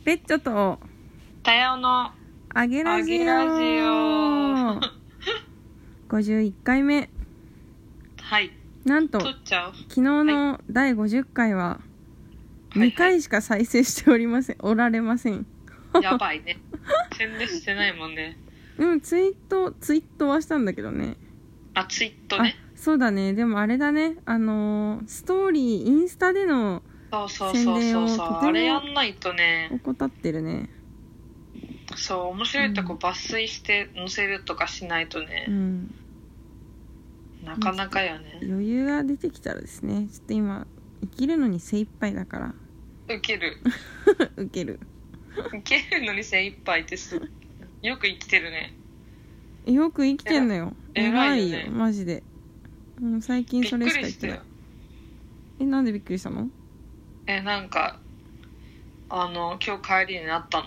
ペッチョとタヤオのあげラジオ51回目。 はい。 なんと撮っちゃう。 昨日の第50回は2回しか再生しておられません。 やばいね。宣伝してないもんね。 ツイートはしたんだけどね。 ツイートね。 そうだね。でもあれだね、ストーリーインスタでの宣伝をとてもあれやんないとね、 怠ってるね。 そう、面白いとこ抜粋して載せるとかしないとね、なかなかやね。 余裕が出てきたらですね、ちょっと今生きるのに精一杯だからウケるウケるのに精一杯ってよく生きてるね。 よく生きてんのよ。 偉いよね、 マジで。最近それしか言ってない。なんでびっくりしたの？ なんか今日帰りになったの。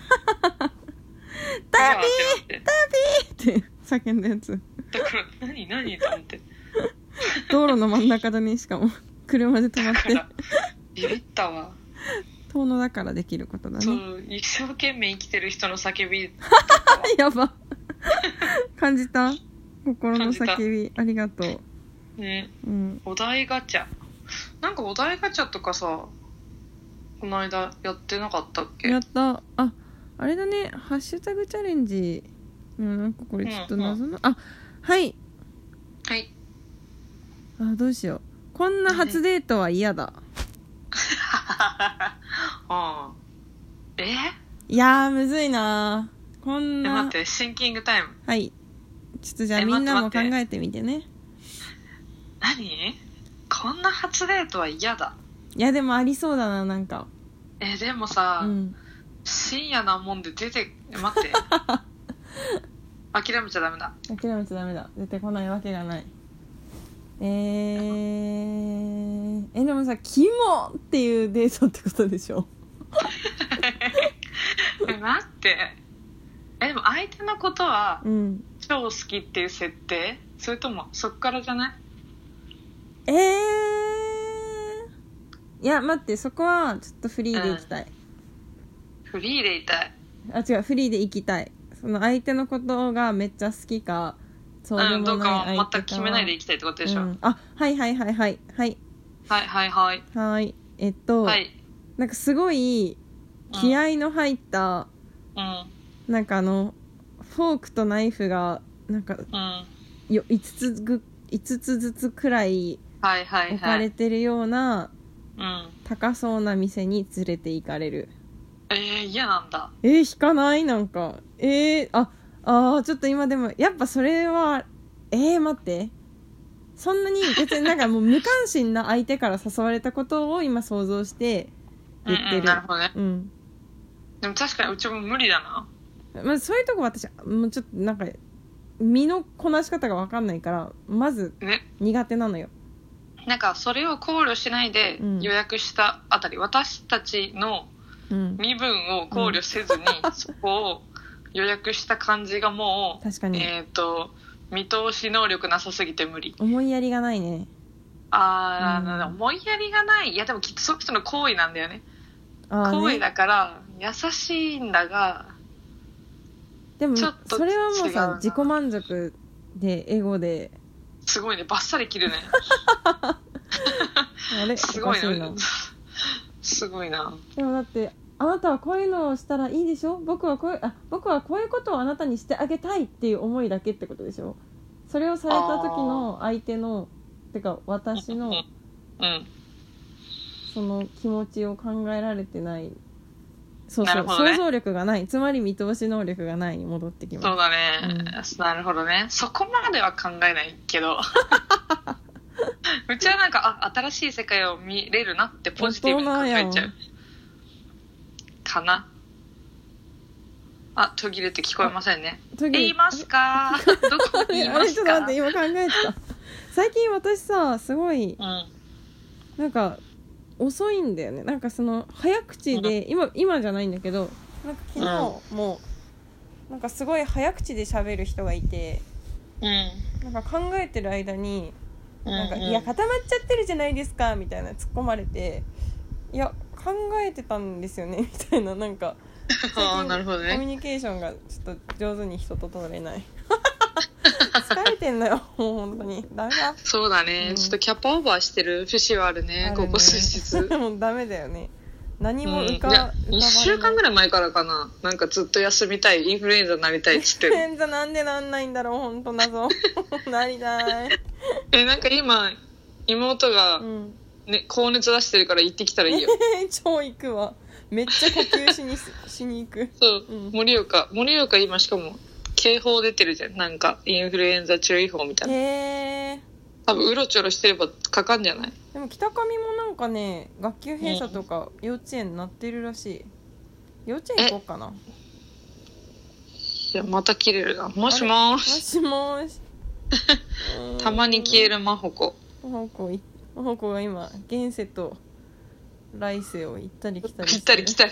タビーって叫んだやつ。 だから何と思って道路の真ん中だね。しかも車で止まってビビったわ。 遠野だからできることだね。 そう、一生懸命生きてる人の叫びやば感じた？心の叫びありがとうね。お題ガチャ、なんかお題ガチャとかさ、この間やってなかったっけ？ やった。あれだね、ハッシュタグチャレンジ。なんかこれちょっと謎の、はいどうしよう。こんな初デートは嫌だ。いやーむずいな。こんな。 待って、シンキングタイム。 はい、ちょっとじゃあみんなも考えてみてね。 何？こんな初デートは嫌だ。 いやでもありそうだな、なんか。 でもさ、深夜なもんで待って諦めちゃダメだ。出てこないわけがない。 でもさ、キモっていうデートってことでしょ？ 待って、でも相手のことは超好きっていう設定？それともそっからじゃない？ いや待って、そこはちょっとフリーで行きたい。 フリーでいたい。 違う、フリーで行きたい。その相手のことがめっちゃ好きか、そうでもない相手か、 どうかは全く決めないで行きたいってことでしょ？ はいはい。なんかすごい気合の入った、なんかフォークとナイフがなんか、5つずつくらい置かれてるような、高そうな店に連れて行かれる。 嫌なんだ。 引かない？なんかちょっと今でもやっぱそれは待って、そんなに別になんかもう無関心な相手から誘われたことを今想像して言ってる。 なるほどね。でも確かにうちも無理だな。 そういうとこ私もうちょっとなんか身のこなし方が分かんないからまず苦手なのよ。 なんかそれを考慮しないで予約したあたり、私たちの身分を考慮せずにそこを予約した感じがもう確かに見通し能力なさすぎて無理。 思いやりがないね。 思いやりがない。いやでもきっとその人の行為なんだよね。行為だから優しいんだが、 でもそれはもうさ、自己満足でエゴですごいね、バッサリ切るね。すごいな。すごいな。 でもだってあなたはこういうのをしたらいいでしょ、僕はこういうことをあなたにしてあげたいっていう思いだけってことでしょ。それをされた時の相手のてか私のその気持ちを考えられてない。想像力がない、つまり見通し能力がないに戻ってきます。 そうだね、なるほどね。そこまでは考えないけどうちはなんか新しい世界を見れるなってポジティブに考えちゃうかな。途切れて聞こえませんね。言いますか？どこに言いますか？ ちょっと待って、今考えてた。最近私さ、すごい、なんか遅いんだよね。なんかその早口で、今じゃないんだけど、なんか昨日もなんかすごい早口で喋る人がいて、なんか考えてる間になんかいや固まっちゃってるじゃないですかみたいな突っ込まれて、いや考えてたんですよねみたいな、なんかああ、なるほどね。 コミュニケーションがちょっと上手に人と取れない疲れてんのよもう本当にダメだ。 そうだね、ちょっとキャパオーバーしてる節はあるね、ここ数日もうダメだよね、何もじゃあ1週間ぐらい前からかな、なんかずっと休みたい、インフルエンザになりたいっつってる。 インフルエンザなんでなんないんだろう、本当謎なりたい。 なんか今妹が、ね、高熱出してるから行ってきたらいいよ超行くわ、めっちゃ呼吸しに行く。 そう、盛岡今しかも警報出てるじゃん、なんかインフルエンザ注意報みたいな。 へー、 多分うろちょろしてればかかんじゃない。 でも北上もなんかね、学級閉鎖とか幼稚園なってるらしい。幼稚園行こうかな。 いや、また切れるな。もしもーし。 もしもーし。 たまに消えるマホコ。 マホコが今現世と来世を行ったり来たり行ったり来たり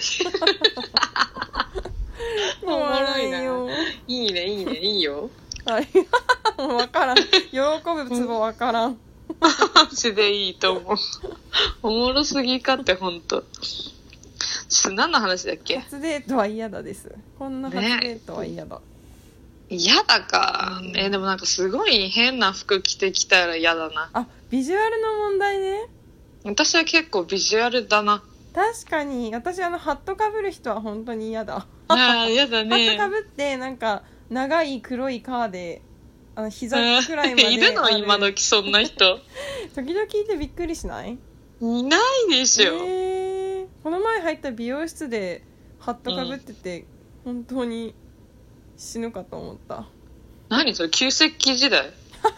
おもろいな。いいねいいよ。 はい分からん、喜ぶツボ分からんマジでいいと思う。おもろすぎかってほんと。何の話だっけ。 初デートは嫌だです。こんな初デートは嫌だ、 嫌だか、でもなんかすごい変な服着てきたら嫌だな。 あ、ビジュアルの問題ね。 私は結構ビジュアルだな。 確かに私ハットかぶる人は本当に嫌だ。 ああ、嫌だね。 ハットかぶってなんか長い黒いカーで膝くらいまでいるの今時そんな人時々いてびっくりしない？ いないでしょ、 この前入った美容室でハットかぶってて、本当に死ぬかと思った。 何それ、旧石器時代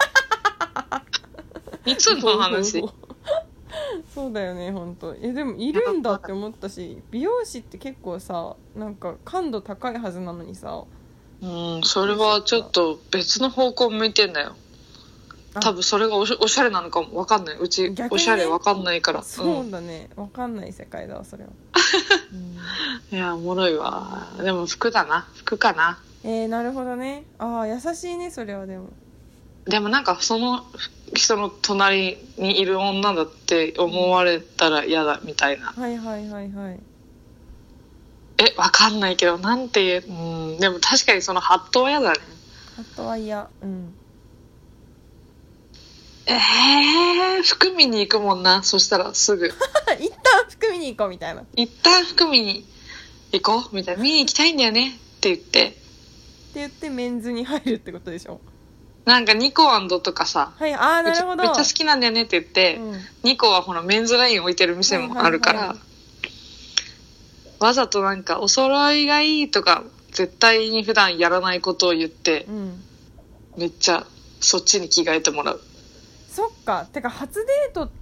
いつの話そうだよね、本当。でもいるんだって思ったし、美容師って結構さ、なんか感度高いはずなのにさ。 それはちょっと別の方向向いてんだよ。多分それがおしゃれなのかもわかんない。うち、おしゃれわかんないから。 そうだね、わかんない世界だわそれは。 いや、おもろいわ。でも服かな。 なるほどね。ああ、優しいねそれは。 でもなんかその人の隣にいる女だって思われたら嫌だみたいな。 はいはいはいはい。 わかんないけど、なんていう、でも確かにそのハットは嫌だね。 ハットは嫌。 服見に行くもんな。そしたらすぐ一旦服見に行こうみたいな。 一旦服見に行こうみたいな。見に行きたいんだよねって言ってメンズに入るってことでしょ。 なんかニコアンドとかさ、 はい、なるほど。 めっちゃ好きなんだよねって言って、ニコはほらメンズライン置いてる店もあるから、わざとなんかお揃いがいいとか絶対に普段やらないことを言って、めっちゃそっちに着替えてもらう。 そっか。てか初デートって、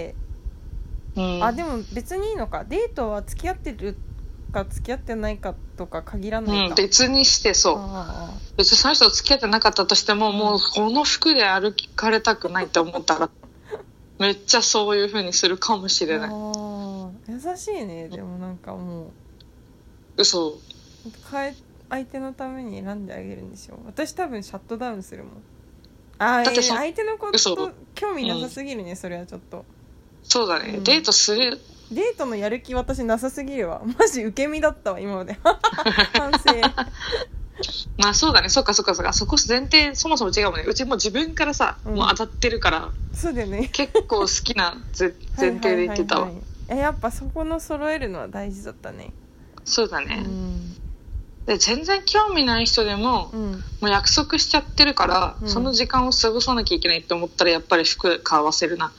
でも別にいいのか。デートは付き合ってるか付き合ってないかとか限らないか。 別にしてそう。別にその人と付き合ってなかったとしても、もうこの服で歩かれたくないって思ったらめっちゃそういう風にするかもしれない。 優しいね。でもなんかもう嘘。 相手のために選んであげるんでしょ。私多分シャットダウンするもん。だって相手のこと興味なさすぎるね、それはちょっと。そうだね、 デートする。 デートのやる気私なさすぎるわ。マジ受け身だったわ今まで反省まあそうだね、そっかそこ前提そもそも違うもんね。うちもう自分からさ、もう当たってるから。 そうだよね。 結構好きな前提で言ってたわ。 やっぱそこの揃えるのは大事だったね。 そうだね、で全然興味ない人でも、もう約束しちゃってるから、その時間を過ごさなきゃいけないって思ったらやっぱり服買わせるな。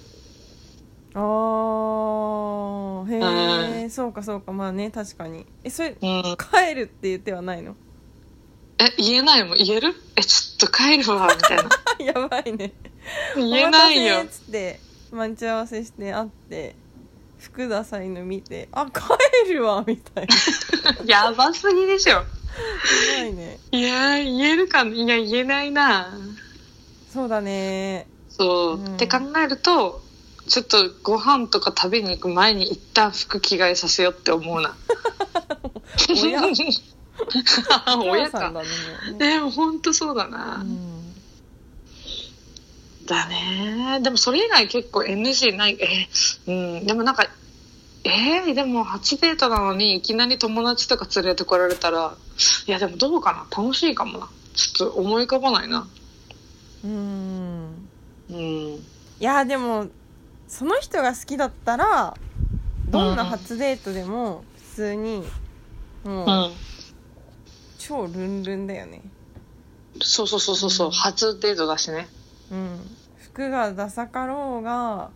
そうか。まあね、確かに。それ、帰るって言ってはないの？ 言えないもん。言える？ちょっと帰るわみたいなやばいね。 言えないよ。 お待たせっつって待ち合わせして会って服ダサいの見て、帰るわみたいなやばすぎでしょ。やばいね。 いや言えるか。いや言えないな。そうだね。 そう、って考えるとちょっとご飯とか食べに行く前に一旦服着替えさせようって思うな親か。でも本当そうだな、だね。でもそれ以外結構 NG ない。でもなんかでも初デートなのにいきなり友達とか連れてこられたら、いやでもどうかな、楽しいかもな。ちょっと思い浮かばないな。 いやでもその人が好きだったらどんな初デートでも普通にもう、超ルンルンだよね。 そう、初デートだしね。 服がダサかろうが、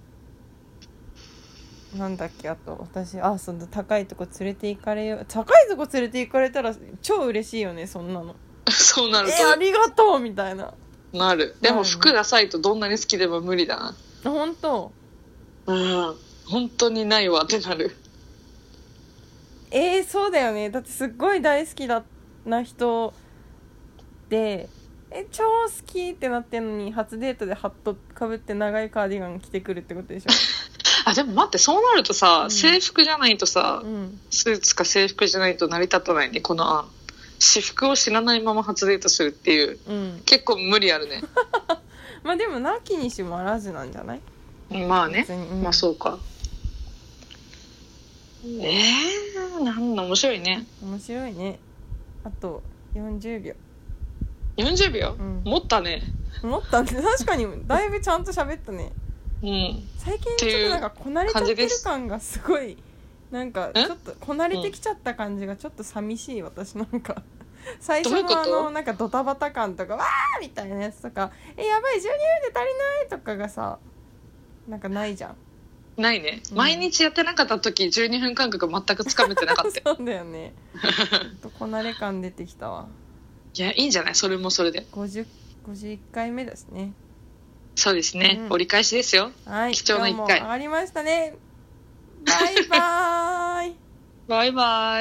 なんだっけ、あと私その高いとこ連れて行かれよう、高いとこ連れて行かれたら超嬉しいよね、そんなの。 そうなるとありがとうみたいななる。でも服ダサいとどんなに好きでも無理だな。 本当。 本当にないわってなる。 そうだよね。だってすっごい大好きな人で超好きってなってんのに初デートでハットかぶって長いカーディガン着てくるってことでしょ。 でも待って、そうなるとさ、制服じゃないとさ、スーツか制服じゃないと成り立たないね、この案。私服を知らないまま初デートするっていう、結構無理あるね。 まあでもなきにしもあらずなんじゃない？ まあね、まあそうか。なんだ、面白いね。 面白いね。あと40秒。 40秒、持ったね。 持ったね。確かにだいぶちゃんと喋ったね。最近ちょっとなんかこなれちゃってる感がすごい、なんかちょっとこなれてきちゃった感じがちょっと寂しい。私なんか最初のなんかドタバタ感とかわーみたいなやつとか、やばい12分で足りないとかがさ、なんかないじゃん。 ないね、毎日やってなかった時12分間隔全くつかめてなかったそうだよね。とこなれ感出てきたわ。 いや、いいんじゃない、それもそれで。 51回目ですね。 そうですね、折り返しですよ。 はい、 貴重な1回。 今日も上がりましたね。バイバーイ。 バイバイ。